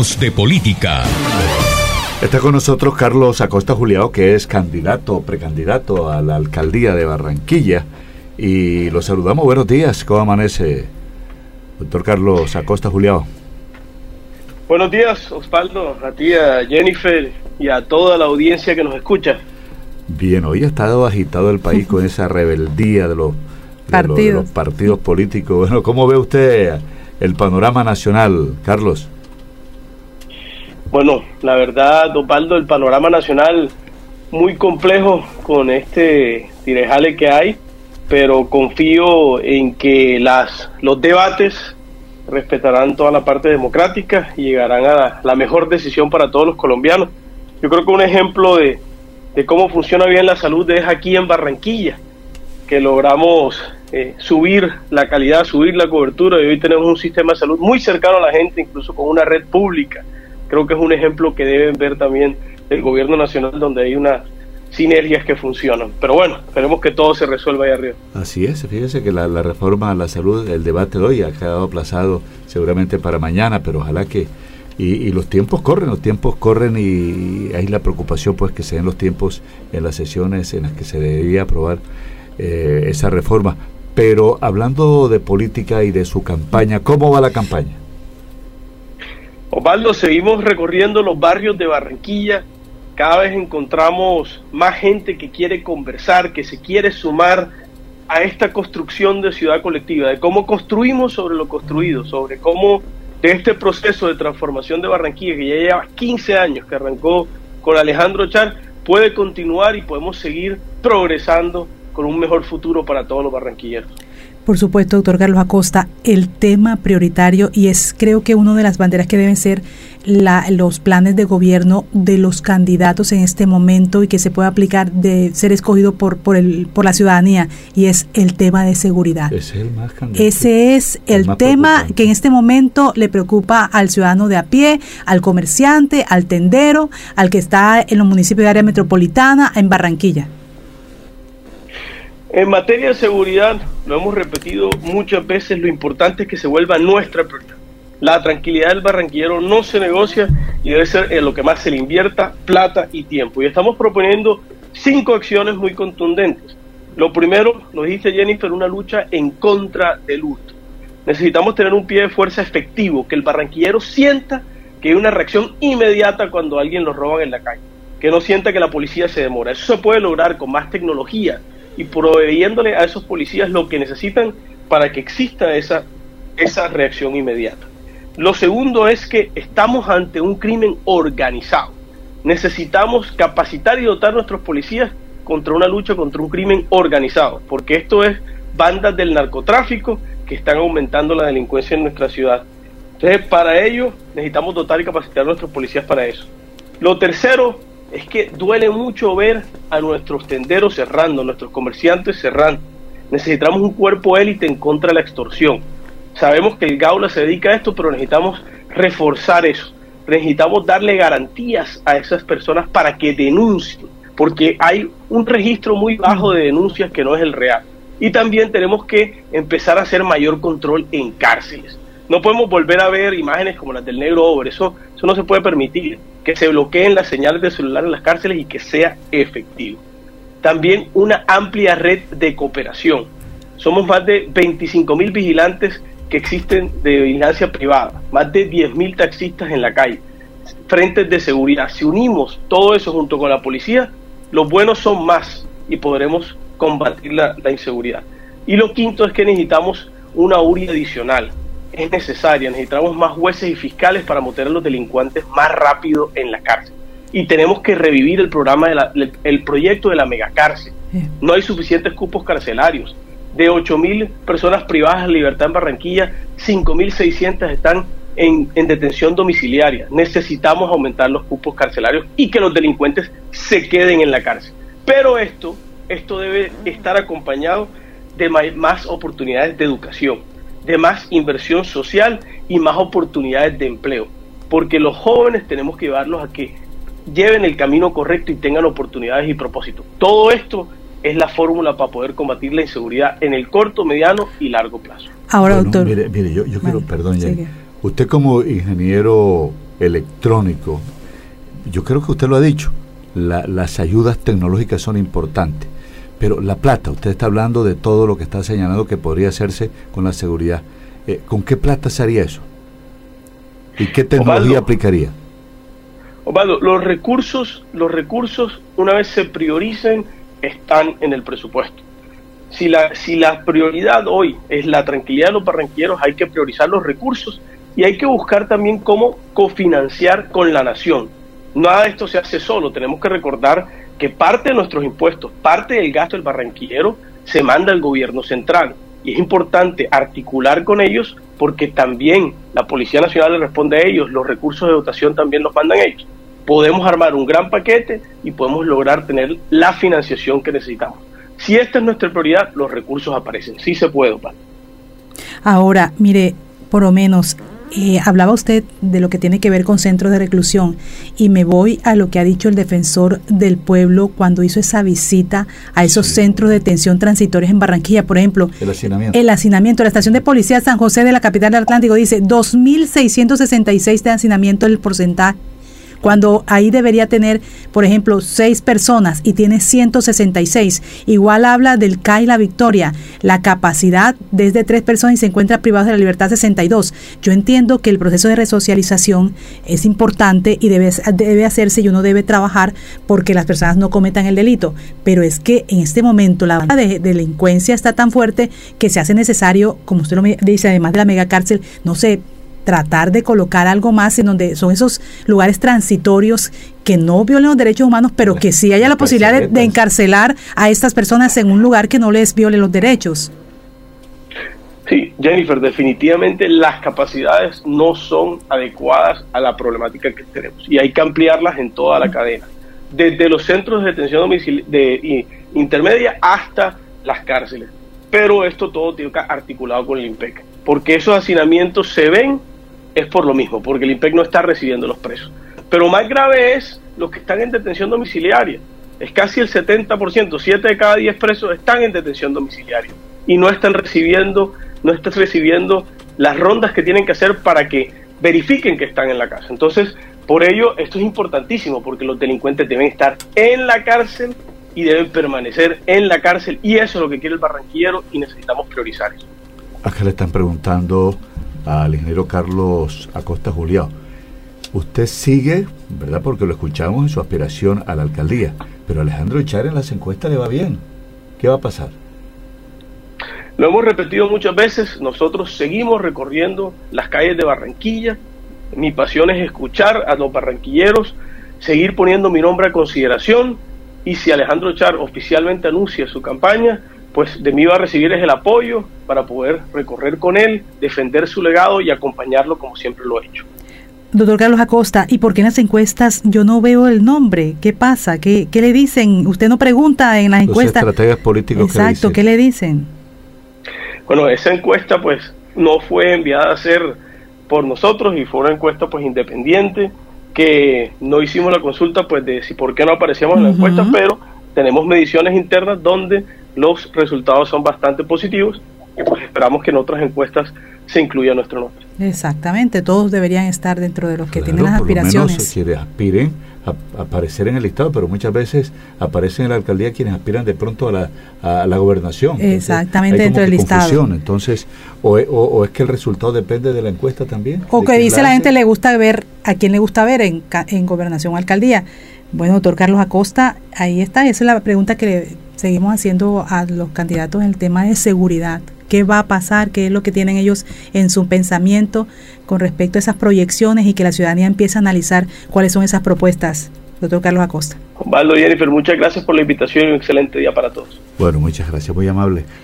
De política. Está con nosotros Carlos Acosta Juliao, que es candidato o precandidato a la alcaldía de Barranquilla, y lo saludamos. Buenos días, ¿cómo amanece, doctor Carlos Acosta Juliao? Buenos días, Osvaldo, a ti, a Jennifer y a toda la audiencia que nos escucha. Bien, hoy ha estado agitado el país con esa rebeldía de los partidos políticos. Bueno, ¿cómo ve usted el panorama nacional, Carlos? Bueno, la verdad, Osvaldo, el panorama nacional muy complejo con este tirejale que hay, pero confío en que los debates respetarán toda la parte democrática y llegarán a la mejor decisión para todos los colombianos. Yo creo que un ejemplo de cómo funciona bien la salud es aquí en Barranquilla, que logramos subir la calidad, subir la cobertura, y hoy tenemos un sistema de salud muy cercano a la gente, incluso con una red pública. Creo que es un ejemplo que deben ver también del gobierno nacional, donde hay unas sinergias que funcionan. Pero bueno, esperemos que todo se resuelva ahí arriba. Así es, fíjese que la reforma a la salud, el debate de hoy ha quedado aplazado seguramente para mañana, pero ojalá que... Y los tiempos corren y hay la preocupación pues que se den los tiempos en las sesiones en las que se debería aprobar esa reforma. Pero hablando de política y de su campaña, ¿cómo va la campaña? Osvaldo, seguimos recorriendo los barrios de Barranquilla. Cada vez encontramos más gente que quiere conversar, que se quiere sumar a esta construcción de ciudad colectiva, de cómo construimos sobre lo construido, sobre cómo de este proceso de transformación de Barranquilla, que ya lleva 15 años, que arrancó con Alejandro Char, puede continuar y podemos seguir progresando con un mejor futuro para todos los barranquilleros. Por supuesto, doctor Carlos Acosta, el tema prioritario, y es creo que una de las banderas que deben ser los planes de gobierno de los candidatos en este momento y que se pueda aplicar de ser escogido por la ciudadanía, y es el tema de seguridad. Ese es el tema que en este momento le preocupa al ciudadano de a pie, al comerciante, al tendero, al que está en los municipios de área metropolitana, en Barranquilla. En materia de seguridad, lo hemos repetido muchas veces, lo importante es que se vuelva nuestra prioridad. La tranquilidad del barranquillero no se negocia y debe ser en lo que más se le invierta plata y tiempo. Y estamos proponiendo 5 acciones muy contundentes. Lo primero, lo dice Jennifer, una lucha en contra del hurto. Necesitamos tener un pie de fuerza efectivo, que el barranquillero sienta que hay una reacción inmediata cuando a alguien lo roban en la calle, que no sienta que la policía se demora. Eso se puede lograr con más tecnología y proveyéndole a esos policías lo que necesitan para que exista esa reacción inmediata. Lo segundo es que estamos ante un crimen organizado. Necesitamos capacitar y dotar a nuestros policías contra una lucha contra un crimen organizado, porque esto es bandas del narcotráfico que están aumentando la delincuencia en nuestra ciudad. Entonces, para ello necesitamos dotar y capacitar a nuestros policías para eso. Lo tercero es que duele mucho ver a nuestros tenderos cerrando, a nuestros comerciantes cerrando. Necesitamos un cuerpo élite en contra de la extorsión. Sabemos que el Gaula se dedica a esto, pero necesitamos reforzar eso. Necesitamos darle garantías a esas personas para que denuncien, porque hay un registro muy bajo de denuncias que no es el real. Y también tenemos que empezar a hacer mayor control en cárceles. No podemos volver a ver imágenes como las del Negro Over, eso no se puede permitir, que se bloqueen las señales de celular en las cárceles y que sea efectivo. También una amplia red de cooperación. Somos más de 25.000 vigilantes que existen de vigilancia privada, más de 10.000 taxistas en la calle, frentes de seguridad. Si unimos todo eso junto con la policía, los buenos son más y podremos combatir la inseguridad. Y lo quinto es que necesitamos una URI adicional. Es necesaria, necesitamos más jueces y fiscales para meter a los delincuentes más rápido en la cárcel. Y tenemos que revivir el programa el proyecto de la megacárcel. No hay suficientes cupos carcelarios. De 8.000 personas privadas de libertad en Barranquilla, 5.600 están en detención domiciliaria. Necesitamos aumentar los cupos carcelarios y que los delincuentes se queden en la cárcel. Pero esto debe estar acompañado de más oportunidades de educación, de más inversión social y más oportunidades de empleo, porque los jóvenes tenemos que llevarlos a que lleven el camino correcto y tengan oportunidades y propósitos. Todo esto es la fórmula para poder combatir la inseguridad en el corto, mediano y largo plazo. Ahora, bueno, doctor. Mire, yo quiero, perdón, Jenny, usted como ingeniero electrónico. Yo creo que usted lo ha dicho, las ayudas tecnológicas son importantes, pero la plata, usted está hablando de todo lo que está señalando que podría hacerse con la seguridad. ¿Con qué plata se haría eso? ¿Y qué tecnología aplicaría? Osvaldo, los recursos, una vez se prioricen, están en el presupuesto. Si la prioridad hoy es la tranquilidad de los barranquilleros, hay que priorizar los recursos y hay que buscar también cómo cofinanciar con la nación. Nada de esto se hace solo, tenemos que recordar que parte de nuestros impuestos, parte del gasto del barranquillero se manda al gobierno central y es importante articular con ellos porque también la Policía Nacional le responde a ellos, los recursos de dotación también los mandan ellos. Podemos armar un gran paquete y podemos lograr tener la financiación que necesitamos. Si esta es nuestra prioridad, los recursos aparecen. Sí se puede, Osvaldo. Ahora, mire, por lo menos, hablaba usted de lo que tiene que ver con centros de reclusión y me voy a lo que ha dicho el defensor del pueblo cuando hizo esa visita a esos centros de detención transitorios en Barranquilla, por ejemplo. El hacinamiento. La estación de policía San José de la capital del Atlántico dice 2.666 de hacinamiento el porcentaje, cuando ahí debería tener, por ejemplo, 6 personas y tiene 166. Igual habla del CAI La Victoria, la capacidad desde 3 personas y se encuentra privados de la libertad 62. Yo entiendo que el proceso de resocialización es importante y debe hacerse y uno debe trabajar porque las personas no cometan el delito, pero es que en este momento la delincuencia está tan fuerte que se hace necesario, como usted lo dice, además de la megacárcel, no sé, tratar de colocar algo más en donde son esos lugares transitorios que no violen los derechos humanos, pero que sí haya la posibilidad de encarcelar a estas personas en un lugar que no les viole los derechos. Sí, Jennifer, definitivamente las capacidades no son adecuadas a la problemática que tenemos y hay que ampliarlas en toda la cadena, desde los centros de detención intermedia hasta las cárceles. Pero esto todo tiene que estar articulado con el INPEC, porque esos hacinamientos se ven es por lo mismo, porque el INPEC no está recibiendo los presos. Pero más grave es los que están en detención domiciliaria. Es casi el 70%, 7 de cada 10 presos están en detención domiciliaria y no están recibiendo las rondas que tienen que hacer para que verifiquen que están en la casa. Entonces, por ello, esto es importantísimo, porque los delincuentes deben estar en la cárcel y deben permanecer en la cárcel, y eso es lo que quiere el barranquillero y necesitamos priorizar eso. Acá le están preguntando al ingeniero Carlos Acosta Juliao. Usted sigue, ¿verdad? Porque lo escuchamos en su aspiración a la alcaldía, pero Alejandro Echar en las encuestas le va bien. ¿Qué va a pasar? Lo hemos repetido muchas veces, nosotros seguimos recorriendo las calles de Barranquilla. Mi pasión es escuchar a los barranquilleros, seguir poniendo mi nombre a consideración, y si Alejandro Echar oficialmente anuncia su campaña, pues de mí va a recibir el apoyo para poder recorrer con él, defender su legado y acompañarlo como siempre lo he hecho. Doctor Carlos Acosta, ¿y por qué en las encuestas yo no veo el nombre? ¿Qué pasa? ¿Qué le dicen? Usted no pregunta en las encuestas. Los estrategas políticos. Exacto, ¿qué le dicen? Bueno, esa encuesta pues no fue enviada a hacer por nosotros y fue una encuesta pues independiente, que no hicimos la consulta pues de si por qué no aparecíamos en la encuesta, pero tenemos mediciones internas donde los resultados son bastante positivos y pues esperamos que en otras encuestas se incluya nuestro nombre. Exactamente, todos deberían estar dentro de los que tienen las aspiraciones. Por lo menos quienes aspiren a aparecer en el listado, pero muchas veces aparecen en la alcaldía quienes aspiran de pronto a la gobernación. Exactamente, dentro del listado. Entonces, o es que el resultado depende de la encuesta también. O que dice la gente le gusta ver, a quién le gusta ver en gobernación o alcaldía. Bueno, doctor Carlos Acosta, ahí está, esa es la pregunta que le seguimos haciendo a los candidatos en el tema de seguridad. ¿Qué va a pasar? ¿Qué es lo que tienen ellos en su pensamiento con respecto a esas proyecciones y que la ciudadanía empiece a analizar cuáles son esas propuestas? Doctor Carlos Acosta. Osvaldo, Jennifer, muchas gracias por la invitación y un excelente día para todos. Bueno, muchas gracias, muy amable.